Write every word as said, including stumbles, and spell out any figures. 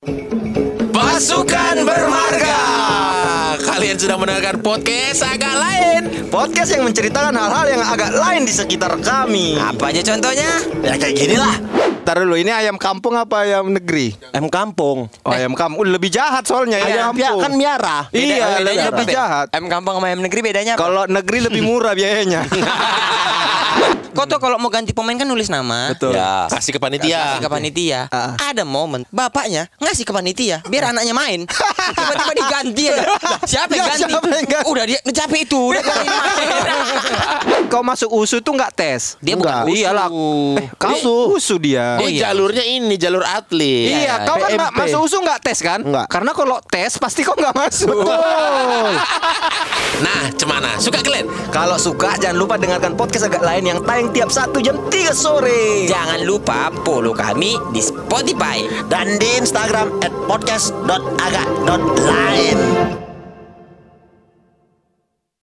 Pasukan Bermarga. Kalian sudah mendengarkan podcast agak lain. Podcast yang menceritakan hal-hal yang agak lain di sekitar kami. Apa aja contohnya? Ya kayak gini lah. Ntar dulu, ini ayam kampung apa ayam negeri? Ayam kampung. Oh ayam kampung, lebih jahat soalnya Ayam ayam pia- kampung. kan miara. Iya, Beda- bedanya lebih apa? jahat. Ayam kampung sama ayam negeri bedanya apa? Kalau negeri lebih murah biayanya. Kau tuh kalau mau ganti pemain kan nulis nama. Betul. Ya. Kasih ke panitia. Kasih ke panitia. Ah. Ada momen bapaknya ngasih ke panitia biar anaknya main. Tiba-tiba diganti ya. Siapa yang Ya, ganti? siapa yang ganti? Udah dia capek itu, udah biarin main. Kau masuk U S U tuh nggak tes? Dia bukan Enggak. U S U. Iyalah. Eh, kau U S U dia. Dia Oh, iya. jalurnya ini jalur atlet. Iya, kau kan nggak P M P. masuk U S U nggak tes kan? Nggak. Karena kalau tes pasti kau nggak masuk. Nah, cemana? Suka kalian? Kalau suka jangan lupa dengarkan podcast agak lain yang tayang tiap Sabtu jam tiga sore. Jangan lupa follow kami di Spotify Dan di Instagram at podcast dot aga dot line.